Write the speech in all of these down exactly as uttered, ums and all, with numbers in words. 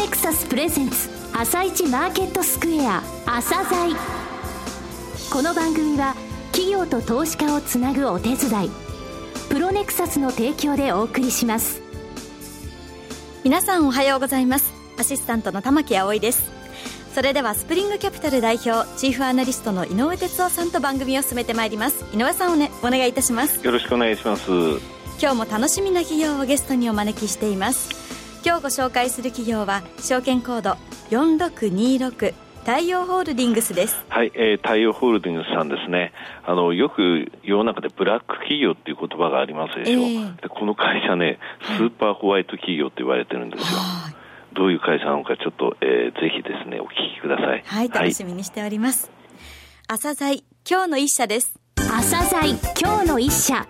ネクサスプレゼンツ朝一マーケットスクエア朝鮮。この番組は企業と投資家をつなぐお手伝い、プロネクサスの提供でお送りします。 皆さんおはようございます。アシスタントの玉木葵です。それではスプリングキャピタル代表チーフアナリストの井上哲夫さんと番組を進めてまいります。井上さん、お,、ね、お願いいたします。 よろしくお願いします。 今日も楽しみな企業をゲストにお招きしています。今日ご紹介する企業は証券コードよんろくにろく太陽ホールディングスです。 はい、えー、太陽ホールディングスさんですね。あのよく世の中でブラック企業っていう言葉がありますでしょ、えー、でこの会社ね、スーパーホワイト企業って言われてるんですよ、はい、どういう会社なのかちょっと、えー、ぜひですねお聞きください。 はい、楽しみにしております、はい、朝鮮今日の一社です。 朝鮮今日の一社。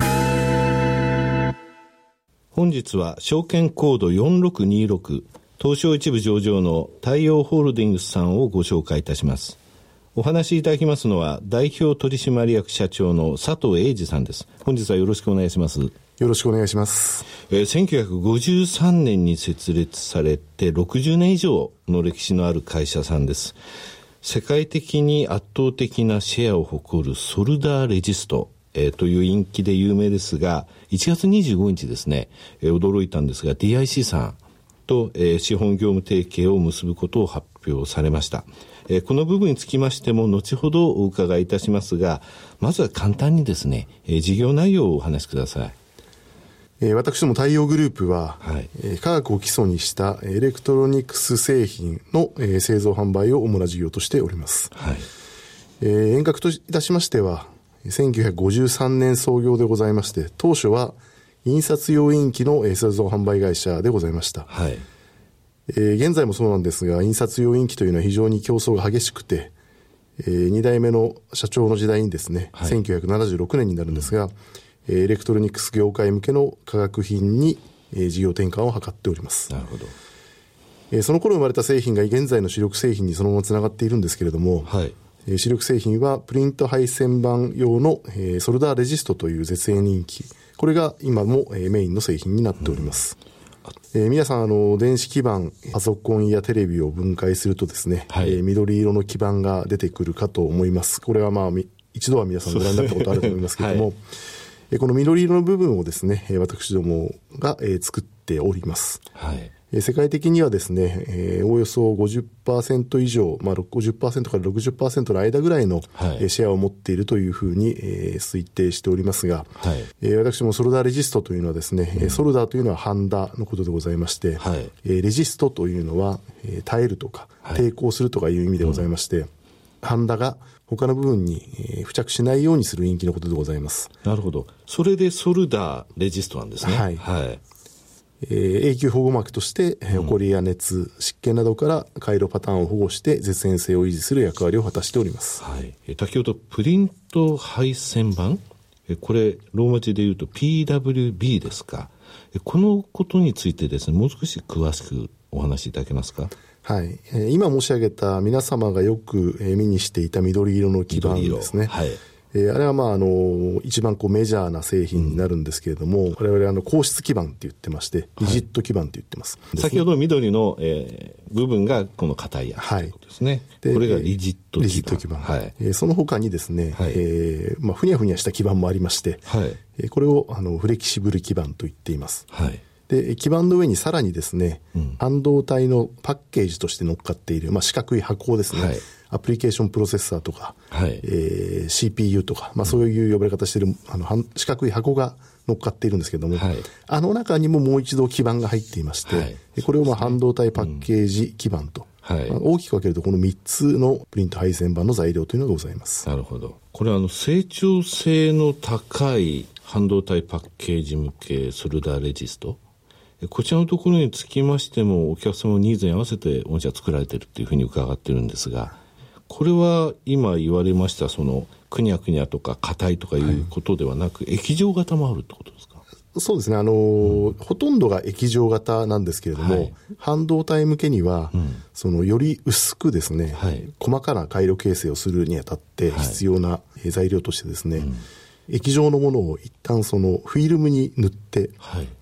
本日は証券コードよんろくにろく東証一部上場の太陽ホールディングスさんをご紹介いたします。お話しいただきますのは代表取締役社長の佐藤英二さんです。本日はよろしくお願いします。 よろしくお願いします。 えー、せんきゅうひゃくごじゅうさんねんに設立されてろくじゅうねん以上の歴史のある会社さんです。世界的に圧倒的なシェアを誇るソルダーレジスト、えー、という陰気で有名ですが、いちがつにじゅうごにちですね、えー、驚いたんですが ディーアイシー さんと、えー、資本業務提携を結ぶことを発表されました。えー、この部分につきましても後ほどお伺いいたしますが、まずは簡単にですね、えー、事業内容をお話しください。 えー、私ども太陽グループは、はいえー、科学を基礎にしたエレクトロニクス製品の、えー、製造販売を主な事業としております。はいえー、遠隔といたしましてはせんきゅうひゃくごじゅうさんねん創業でございまして、当初は印刷用印機の製造販売会社でございました、はいえー、現在もそうなんですが、印刷用印機というのは非常に競争が激しくて、えー、に代目の社長の時代にですね、はい、せんきゅうひゃくななじゅうろくねんになるんですが、うん、エレクトロニクス業界向けの化学品に、えー、事業転換を図っております。 なるほど。 えー、その頃生まれた製品が現在の主力製品にそのままつながっているんですけれども、はい主力製品はプリント配線板用の、えー、ソルダーレジストという絶縁印機、これが今も、えー、メインの製品になっております。うんえー、皆さんあの電子基板、パソコンやテレビを分解するとですね、はいえー、緑色の基板が出てくるかと思います。これはまあ一度は皆さんご覧になったことあると思いますけれども、はいえー、この緑色の部分をですね、私どもが、えー、作っております。はい世界的にはですね、えー、およそ ごじゅっパーセント 以上、まあ、ごじゅっパーセント から ろくじゅっパーセント の間ぐらいの、はいえー、シェアを持っているというふうに、えー、推定しておりますが、はいえー、私もソルダーレジストというのはですね、うん、ソルダーというのはハンダのことでございまして、はいえー、レジストというのは、えー、耐えるとか、はい、抵抗するとかいう意味でございまして、うん、ハンダが他の部分に、えー、付着しないようにする印機のことでございます。 なるほど。それでソルダーレジストなんですね。はい、はいえー、永久保護膜として、えー、ホコリや熱、うん、湿気などから回路パターンを保護して絶縁性を維持する役割を果たしております。 はい、えー、先ほどプリント配線板、えー、これローマ字で言うと ピーダブリュービー ですか。えー、このことについてですね、もう少し詳しくお話しいただけますか。 はい、えー、今申し上げた皆様がよく、えー、目にしていた緑色の基板ですね。はいえー、あれはまああの一番こうメジャーな製品になるんですけれども、うん、我々あの硬質基板って言ってまして、リジット基板って言ってます。 はい、先ほど緑の、えー、部分がこの硬いやつということですね。はい、これがリジット基板。リジット基板。はいえー、その他にですね、はいえーまあ、ふにゃふにゃした基板もありまして、はいえー、これをあのフレキシブル基板と言っています。はいで基板の上にさらにですね、うん、半導体のパッケージとして乗っかっている、まあ、四角い箱ですね、はい、アプリケーションプロセッサーとか、はいえー、シーピーユー とか、まあ、そういう呼ばれ方しているあの四角い箱が乗っかっているんですけども、はい、あの中にももう一度基板が入っていまして、はい、これをまあ半導体パッケージ基板と、うんはいまあ、大きく分けるとこのみっつのプリント配線板の材料というのがございます。 なるほど。これはあの成長性の高い半導体パッケージ向けソルダーレジスト、こちらのところにつきましてもお客様のニーズに合わせて御社作られているというふうに伺っているんですが、これは今言われましたそのくにゃくにゃとか硬いとかいうことではなく、はい、液状型もあるってことですか。 そうですね、あの、うん、ほとんどが液状型なんですけれども、はい、半導体向けには、うん、そのより薄くですね、はい、細かな回路形成をするにあたって必要な材料としてですね、はいうん、液状のものを一旦そのフィルムに塗って、はい、ラップ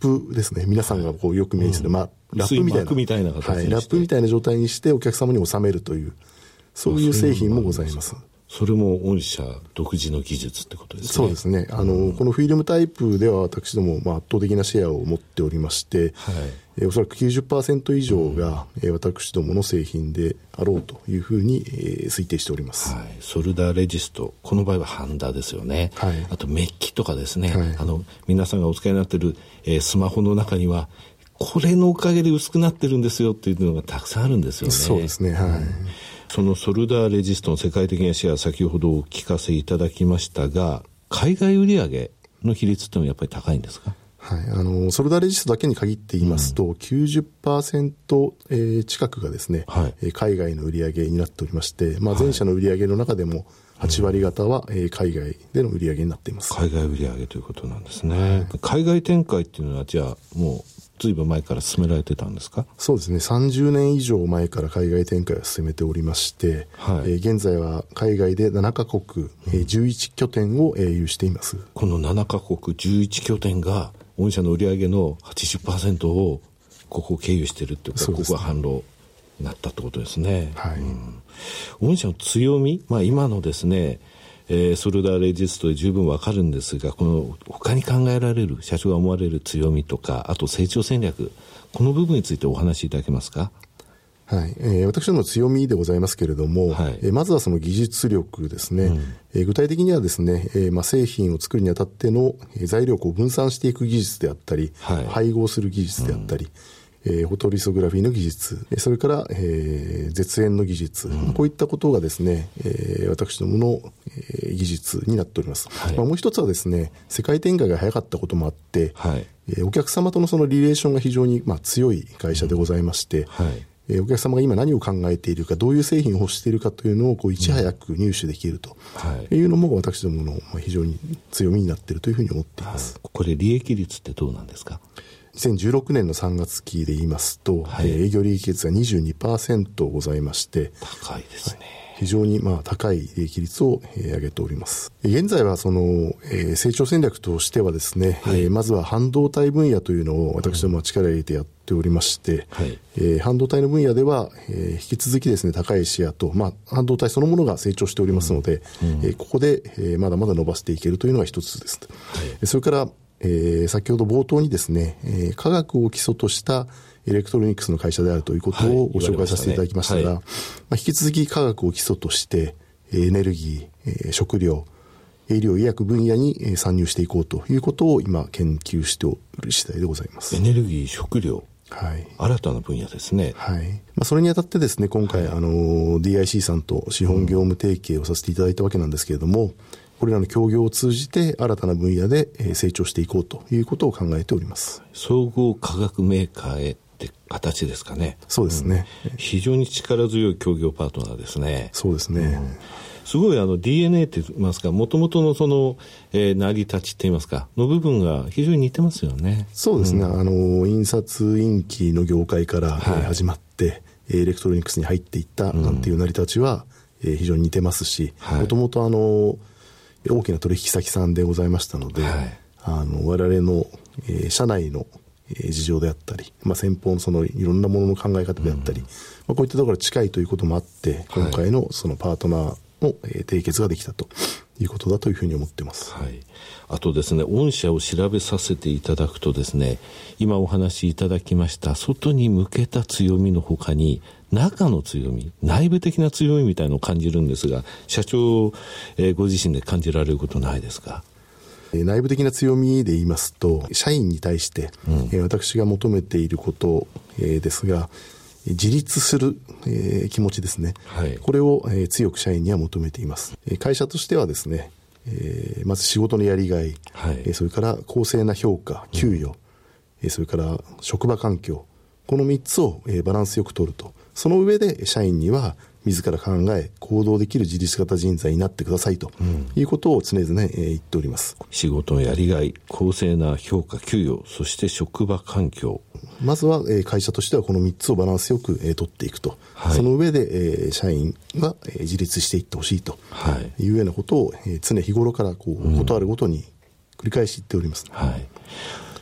プですね。皆さんがこうよく目にする、うん、まあ、ラップみたいな。 みたいな形にして、 はい、ラップみたいな状態にしてお客様に納めるという、そういう製品もございます。 それも御社独自の技術ってことですね。 そうですね。あの、うん、このフィルムタイプでは私ども、まあ、圧倒的なシェアを持っておりまして、はい、えー、おそらく きゅうじゅっパーセント 以上が、うん、えー、私どもの製品であろうというふうに、えー、推定しております。 はい、ソルダーレジスト、この場合はハンダですよね。はい、あとメッキとかですね、はい、あの皆さんがお使いになっている、えー、スマホの中にはこれのおかげで薄くなってるんですよっていうのがたくさんあるんですよね。 そうですね。はい。うん、 そのソルダーレジストの世界的なシェア、先ほどお聞かせいただきましたが、海外売上の比率ってのはやっぱり高いんですか？ はい、あのソルダーレジストだけに限って言いますと、うん、きゅうじゅっパーセント、えー、近くがですね、はい、海外の売上になっておりまして、まあ、全社の売上の中でもはち割方は、うん、海外での売上になっています。 海外売上ということなんですね。はい、海外展開っていうのはじゃあもうずいぶん前から進められてたんですか？ そうですね。さんじゅうねん以上前から海外展開を進めておりまして、はい、えー、現在は海外でななカ国、えー、じゅういち拠点を、えー、有しています。 このななカ国じゅういち拠点が御社の売上の はちじゅっパーセント をここを経由しているっていうか、ここが販路になったってことですね。はい、うん、御社の強み、まあ、今のですね、えー、ソルダーレジストで十分わかるんですが、この他に考えられる、社長が思われる強みとか、あと成長戦略、この部分についてお話しいただけますか？ はい、えー、私どもの強みでございますけれども、はい、えー、まずはその技術力ですね。うん、えー、具体的にはですね、えーまあ、製品を作るにあたっての、えー、材料をこう分散していく技術であったり、はい、配合する技術であったり、うん、えー、フォトリソグラフィーの技術、それから、えー、絶縁の技術、うん、こういったことがですね、えー、私どもの、えー、技術になっております。はい、まあ、もう一つはですね、世界展開が早かったこともあって、はい、えー、お客様とのそのリレーションが非常に、まあ、強い会社でございまして、うん、はい、えー、お客様が今何を考えているか、どういう製品を欲しているかというのをこういち早く入手できるというのも私どもの非常に強みになっているというふうに思っています。 はい、これ利益率ってどうなんですか？ にせんじゅうろくねんのさんがつ期で言いますと、はい、えー、営業利益率が にじゅうにパーセント ございまして、 高いですね。はい、 非常にまあ高い利益率を、えー、上げております。現在はその、えー、成長戦略としてはですね、はい、えー、まずは半導体分野というのを私どもは力を入れてやっておりまして、はい、えー、半導体の分野では、えー、引き続きですね、高いシェアと、まあ、半導体そのものが成長しておりますので、うんうん、えー、ここで、えー、まだまだ伸ばしていけるというのが一つです。はい、それから、えー、先ほど冒頭にですね、えー、科学を基礎としたエレクトロニクスの会社であるということをご紹介させていただきましたが、はい、まあ、引き続き科学を基礎としてエネルギー、食料、医療医薬分野に参入していこうということを今研究しておる次第でございます。 エネルギー、食料、はい、新たな分野ですね。 はい、まあ、それにあたってですね、今回、はい、あの ディーアイシー さんと資本業務提携をさせていただいたわけなんですけれども、うん、これらの協業を通じて新たな分野で成長していこうということを考えております。 総合化学メーカーへって形ですかね。 そうですね、 うん、非常に力強い協業パートナーですね。 そうですね、うん、 すごいあの ディーエヌエー って言いますか、もともとのその、えー、成り立ちって言いますかの部分が非常に似てますよね。 そうですね、うん、あの印刷印記の業界から、はい、始まってエレクトロニクスに入っていったなんていう成り立ちは、うん、えー、非常に似てますし、もともとあの大きな取引先さんでございましたので、はい、あの我々の、えー、社内の、えー、事情であったり、まあ、先方のそのいろんなものの考え方であったり、うん、まあ、こういったところが近いということもあって今回のそのパートナーの、えー、締結ができたということだというふうに思っています。 はい、あとですね、御社を調べさせていただくとですね、今お話しいただきました外に向けた強みのほかに中の強み、内部的な強みみたいなのを感じるんですが、社長、えー、ご自身で感じられることないですか？ えー、内部的な強みで言いますと、社員に対して、うん、えー、私が求めていること、えー、ですが、自立する、えー、気持ちですね、はい、これを、えー、強く社員には求めています。えー、会社としてはですね、えー、まず仕事のやりがい、はい、えー、それから公正な評価、給与、うん、えー、それから職場環境、このみっつを、えー、バランスよく取ると。その上で社員には自ら考え行動できる自立型人材になってくださいということを常々、えー、言っております。 仕事のやりがい、公正な評価、給与、そして職場環境、 まずは、えー、会社としてはこのみっつをバランスよく、えー、取っていくと、はい、その上で、えー、社員が、えー、自立していってほしいというようなことを、えー、常日頃からこう、うん、ことあるごとに繰り返し言っております。 はい、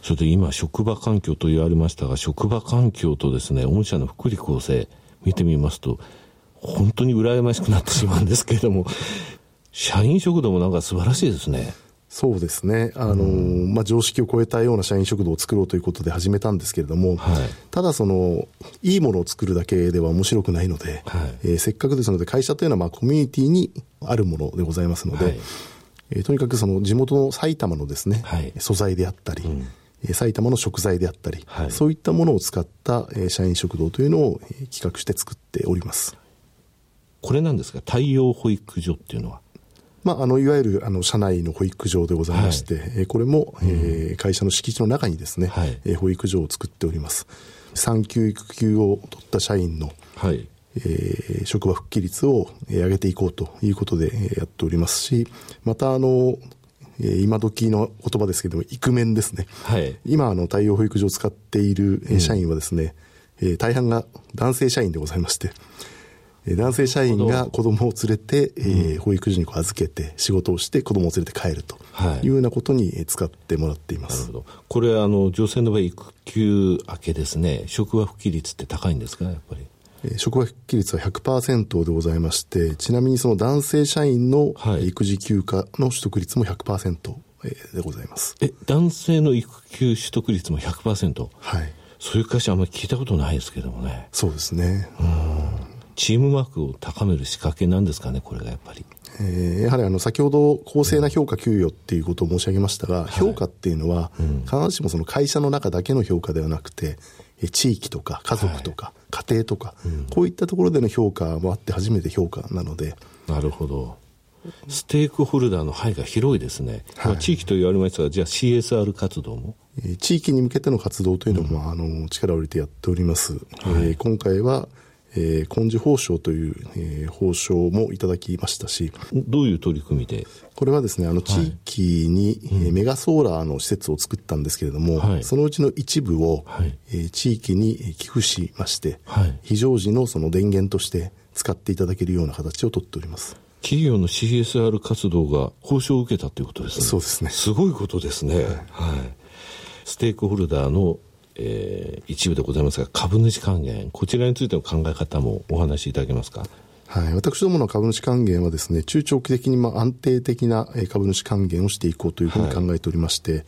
それで今職場環境と言われましたが、職場環境とですね、御社の福利厚生見てみますと本当に羨ましくなってしまうんですけれども社員食堂もなんか素晴らしいですね。 そうですね。あの、うん、まあ、常識を超えたような社員食堂を作ろうということで始めたんですけれども、はい、ただそのいいものを作るだけでは面白くないので、はい、えー、せっかくですので会社というのはまあコミュニティにあるものでございますので、はい、えー、とにかくその地元の埼玉のですね、はい、素材であったり、うん、えー、埼玉の食材であったり、はい、そういったものを使った、えー、社員食堂というのを、えー、企画して作っております。 これなんですか、太陽保育所っていうのは。 まあ、あのいわゆるあの社内の保育所でございまして、はい、これも、うん、えー、会社の敷地の中にですね、はい、えー、保育所を作っております。産休育休を取った社員の、はい、えー、職場復帰率を上げていこうということでやっておりますし、またあの今時の言葉ですけれどもイクメンですね、はい、今あの太陽保育所を使っている社員はですね、うん、大半が男性社員でございまして、男性社員が子供を連れて、えー、保育所にこう預けて仕事をして子供を連れて帰るというようなことに使ってもらっています。 なるほど。これあの女性の場合育休明けですね、職場復帰率って高いんですか、やっぱり。 えー、職場復帰率は ひゃくパーセント でございまして、ちなみにその男性社員の育児休暇の取得率も ひゃくパーセント でございます。 え、男性の育休取得率も ひゃくパーセント？ はい。そういう会社あんまり聞いたことないですけどもね。 そうですね。うん。 チームワークを高める仕掛けなんですかね、これがやっぱり。 えー、やはりあの先ほど公正な評価給与っていうことを申し上げましたが、うん、評価っていうのは、はい、必ずしもその会社の中だけの評価ではなくて、地域とか家族とか家庭とか、はい、うん、こういったところでの評価もあって初めて評価なので。 なるほど。ステークホルダーの範囲が広いですね。はい、まあ、地域と言われましたが、じゃあ シーエスアール 活動も、 えー、地域に向けての活動というのも、うん、あの力を入れてやっております。はい、えー、今回はえー、紺綬褒章という、えー、褒章もいただきましたし。 どういう取り組みで？ これはですね、あの地域に、はい、えー、メガソーラーの施設を作ったんですけれども、はい、そのうちの一部を、はい、えー、地域に寄付しまして、はい、非常時のその電源として使っていただけるような形をとっております。 企業の シーエスアール 活動が報奨を受けたということですね。 そうですね。 すごいことですね。はい。はい、ステークホルダーのえー、一部でございますが、株主還元、こちらについての考え方もお話しいただけますか。 はい、私どもの株主還元はですね、中長期的にまあ安定的な株主還元をしていこうというふうに考えておりまして、はい、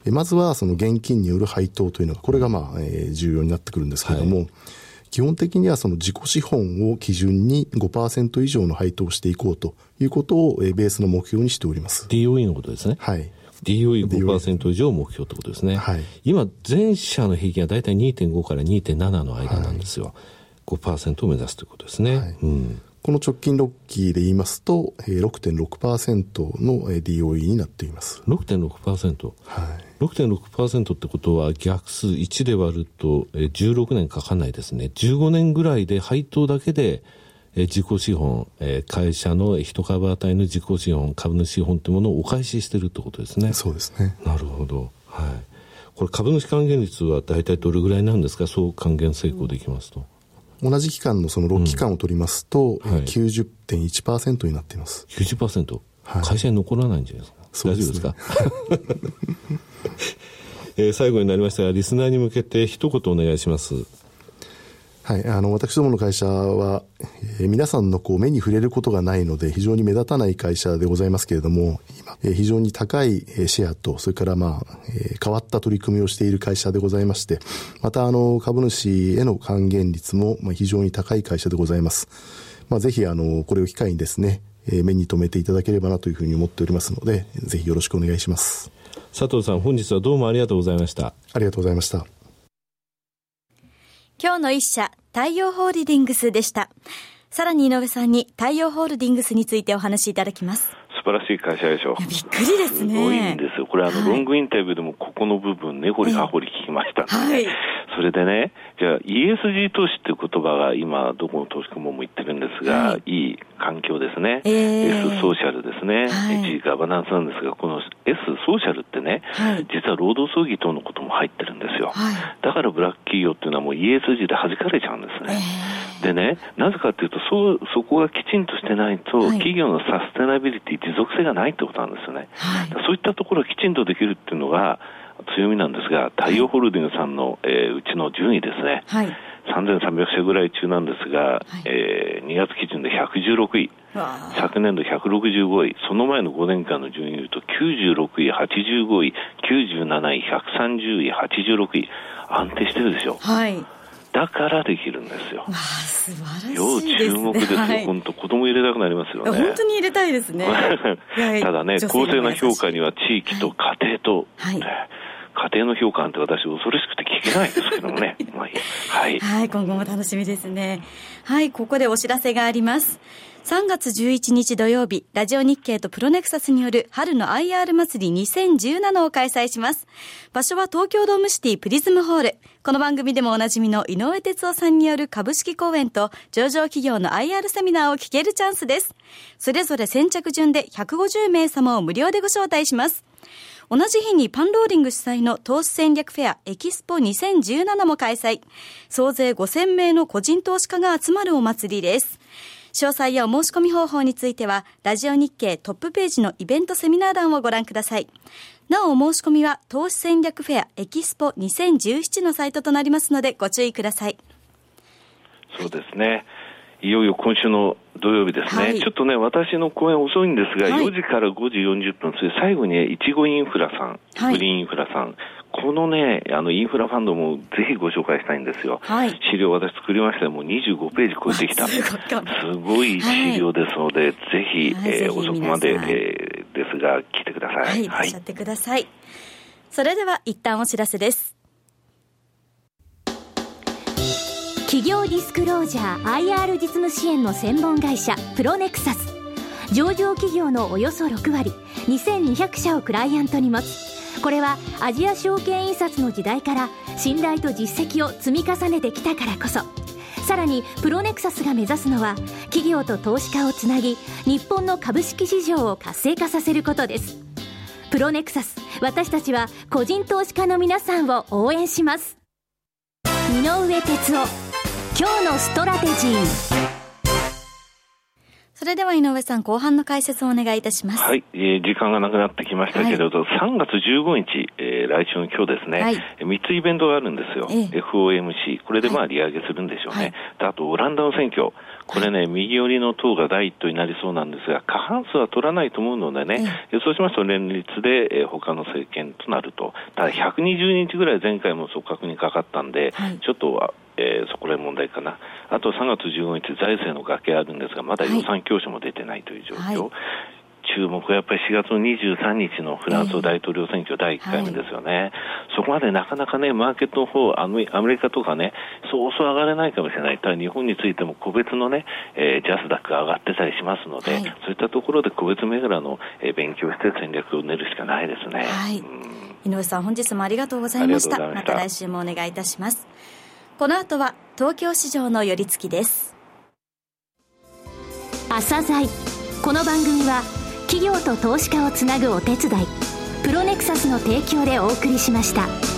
まずはその現金による配当というのが、これがまあ、えー、重要になってくるんですけれども、はい、基本的にはその自己資本を基準に ごパーセント 以上の配当をしていこうということをベースの目標にしております。 ディーオーイー のことですね。はい。ディーオーイーごパーセント 以上目標ということですね。はい、今、全社の平均はだいたい にてんご から にてんなな の間なんですよ。はい、ごパーセント を目指すということですね。はい、うん、 この直近ろっきで言いますと、ろくてんろくパーセント の ディーオーイー になっています。 ろくてんろくパーセント？ はい。ろくてんろくパーセント ってことは逆数いちで割るとじゅうろくねんかかんないですね。じゅうごねんぐらいで配当だけで自己資本、会社の一株当たりの自己資本、株主資本というものをお返ししているということですね。 そうですね。 なるほど。はい。これ株主還元率は大体どれぐらいなんですか、そう還元成功できますと。 同じ期間のそのろっきかんを取りますと、うん、はい、きゅうじゅってんいちパーセント になっています。 きゅうじゅっパーセント？はい、会社に残らないんじゃないですか。そうですね、大丈夫ですか。えー、最後になりましたが、リスナーに向けて一言お願いします。 はい、あの私どもの会社は、えー、皆さんのこう目に触れることがないので非常に目立たない会社でございますけれども、今、えー、非常に高いシェアと、それからまあ、えー、変わった取り組みをしている会社でございまして、またあの株主への還元率もまあ非常に高い会社でございます。まあ、ぜひあのこれを機会にですね、えー、目に留めていただければなというふうに思っておりますので、ぜひよろしくお願いします。 佐藤さん、本日はどうもありがとうございました。 ありがとうございました。 今日の一社、太陽ホールディングスでした。さらに井上さんに太陽ホールディングスについてお話しいただきます。 素晴らしい会社でしょ。 びっくりですね。 すごいんですよ。これあの、はい、ロングインタビューでもここの部分根掘り葉掘り聞きましたね、はい、それでね、じゃあ イーエスジー 投資っていう言葉が今どこの投資家もも言ってるんですが、はい、いい環境ですね、えー、S ソーシャルですね、はい、G ガバナンスなんですが、この S ソーシャルってね、はい、実は労働争議等のことも入ってるんですよ、はい、だからブラック企業っていうのはもう イーエスジー で弾かれちゃうんですね、えー、でね、なぜかっていうと、そうそこがきちんとしてないと、はい、企業のサステナビリティ持続性がないってことなんですよね、はい、そういったところがきちんとできるっていうのが強みなんですが、太陽ホールディングスさんの、えー、うちの順位ですね、はい、さんぜんさんびゃくしゃぐらい中なんですが、はい、えー、にがつ基準でひゃくじゅうろくい、昨年度ひゃくろくじゅうごい、その前のごねんかんの順位を言うときゅうじゅうろくい、はちじゅうごい、きゅうじゅうなない、ひゃくさんじゅうい、はちじゅうろくい、安定してるでしょ。はい。だからできるんですよ。 わあ、素晴らしいですね。 要注目ですよ。はい、本当子供入れたくなりますよね。 本当に入れたいですね。 ただね、公正な評価には地域と家庭と、はいはい、家庭の評価なんて私恐ろしくて聞けないですけどもね。 はい、はい、今後も楽しみですね。はい、ここでお知らせがあります。さんがつじゅういちにち土曜日、ラジオ日経とプロネクサスによる春の アイアール 祭りにせんじゅうななを開催します。場所は東京ドームシティプリズムホール。この番組でもおなじみの井上哲夫さんによる株式講演と上場企業の アイアール セミナーを聞けるチャンスです。それぞれ先着順でひゃくごじゅうめいさまを無料でご招待します。同じ日にパンローリング主催の投資戦略フェアエキスポにせんじゅうななも開催。総勢ごせんめいの個人投資家が集まるお祭りです。詳細やお申し込み方法については、ラジオ日経トップページのイベントセミナー欄をご覧ください。なお、お申し込みは投資戦略フェアエキスポにせんじゅうななのサイトとなりますのでご注意ください。 そうですね。いよいよ今週の土曜日ですね、はい、ちょっとね私の講演遅いんですが、はい、よじからごじよんじゅっぷん、それ最後にいちごインフラさん、はい、グリーンインフラさん、このねあのインフラファンドもぜひご紹介したいんですよ、はい、資料私作りましたらもうにじゅうごページ超えてきたすごい資料ですので、はい、ぜひ、はいえー、遅くまで、えー、ですが来てください。 はい、いらっしゃってください。それでは一旦お知らせです。 企業ディスクロージャー アイアール 実務支援の専門会社プロネクサス。上場企業のおよそろくわり、にせんにひゃくしゃをクライアントに持つ。これはアジア証券印刷の時代から信頼と実績を積み重ねてきたからこそ。さらにプロネクサスが目指すのは企業と投資家をつなぎ、日本の株式市場を活性化させることです。プロネクサス、私たちは個人投資家の皆さんを応援します。井上哲夫、今日のストラテジー。 それでは井上さん、後半の解説をお願いいたします。 はい、えー、時間がなくなってきましたけれど、はい、さんがつじゅうごにち、えー、来週の今日ですね、はい、みっつイベントがあるんですよ、ええ、エフオーエムシー、 これでまあ利上げするんでしょうね、はい、であとオランダの選挙、これね、はい、右寄りの党が第一党になりそうなんですが、過半数は取らないと思うのでね、ええ、そうしますと連立で、えー、他の政権となると。ただひゃくにじゅうにちぐらい前回も組閣にかかったんで、はい、ちょっとえー、そこら問題かな。あとさんがつじゅうごにち財政の崖あるんですが、まだ予算教書も出てないという状況、はい、注目はやっぱりしがつのにじゅうさんにちのフランス大統領選挙だいいっかいめですよね、はい、そこまでなかなかねマーケットの方アメリカとかねそうそう上がれないかもしれない。ただ日本についても個別のね、えー、ジャスダックが上がってたりしますので、はい、そういったところで個別銘柄の、えー、勉強して戦略を練るしかないですね、はい、 うん、井上さん、本日もありがとうございました。また来週もお願いいたします。この後は東京市場の寄り付きです。 朝鮮。この番組は企業と投資家をつなぐお手伝い、プロネクサスの提供でお送りしました。